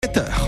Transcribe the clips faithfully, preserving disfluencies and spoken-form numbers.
sept heures.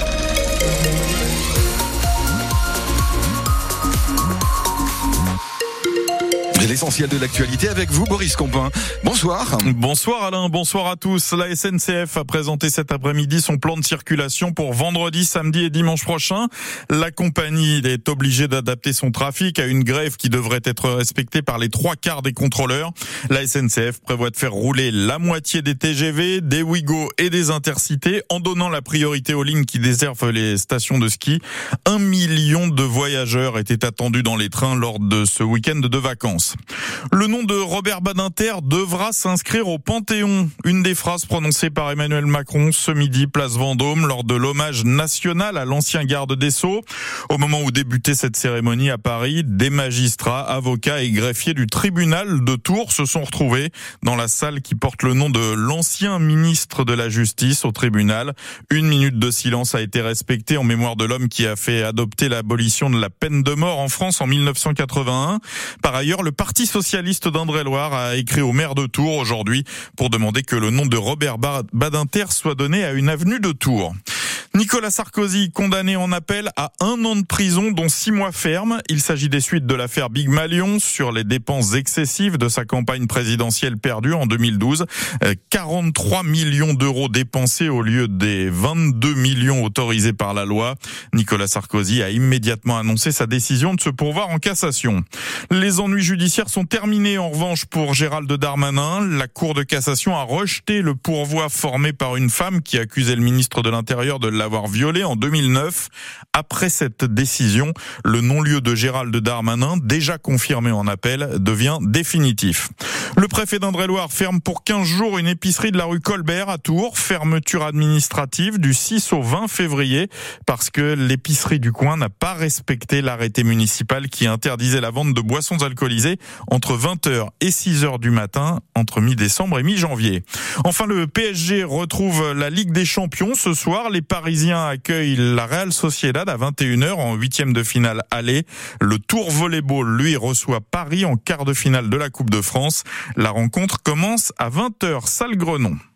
L'essentiel de l'actualité avec vous, Boris Compin. Bonsoir. Bonsoir Alain, bonsoir à tous. La S N C F a présenté cet après-midi son plan de circulation pour vendredi, samedi et dimanche prochain. La compagnie est obligée d'adapter son trafic à une grève qui devrait être respectée par les trois quarts des contrôleurs. La S N C F prévoit de faire rouler la moitié des T G V, des Ouigo et des Intercités en donnant la priorité aux lignes qui desservent les stations de ski. Un million de voyageurs étaient attendus dans les trains lors de ce week-end de vacances. Le nom de Robert Badinter devra s'inscrire au Panthéon. Une des phrases prononcées par Emmanuel Macron ce midi, place Vendôme, lors de l'hommage national à l'ancien garde des Sceaux. Au moment où débutait cette cérémonie à Paris, des magistrats, avocats et greffiers du tribunal de Tours se sont retrouvés dans la salle qui porte le nom de l'ancien ministre de la Justice au tribunal. Une minute de silence a été respectée en mémoire de l'homme qui a fait adopter l'abolition de la peine de mort en France en mille neuf cent quatre-vingt-un. Par ailleurs, le Parti socialiste d'Indre-et-Loire a écrit au maire de Tours aujourd'hui pour demander que le nom de Robert Badinter soit donné à une avenue de Tours. Nicolas Sarkozy, condamné en appel à un an de prison, dont six mois ferme. Il s'agit des suites de l'affaire Big Malion sur les dépenses excessives de sa campagne présidentielle perdue en deux mille douze. quarante-trois millions d'euros dépensés au lieu des vingt-deux millions autorisés par la loi. Nicolas Sarkozy a immédiatement annoncé sa décision de se pourvoir en cassation. Les ennuis judiciaires sont terminés en revanche pour Gérald Darmanin. La Cour de cassation a rejeté le pourvoi formé par une femme qui accusait le ministre de l'Intérieur de l'avoir violé en deux mille neuf. Après cette décision, le non-lieu de Gérald Darmanin, déjà confirmé en appel, devient définitif. Le préfet d'Indre-et-Loire ferme pour quinze jours une épicerie de la rue Colbert à Tours. Fermeture administrative du six au vingt février parce que l'épicerie du coin n'a pas respecté l'arrêté municipal qui interdisait la vente de boissons alcoolisées entre vingt heures et six heures du matin entre mi-décembre et mi-janvier. Enfin, le P S G retrouve la Ligue des Champions ce soir. Les Parisiens accueillent la Real Sociedad à vingt et une heures en huitième de finale aller. Le Tour Volleyball, lui, reçoit Paris en quart de finale de la Coupe de France. La rencontre commence à vingt heures, salle Grenon.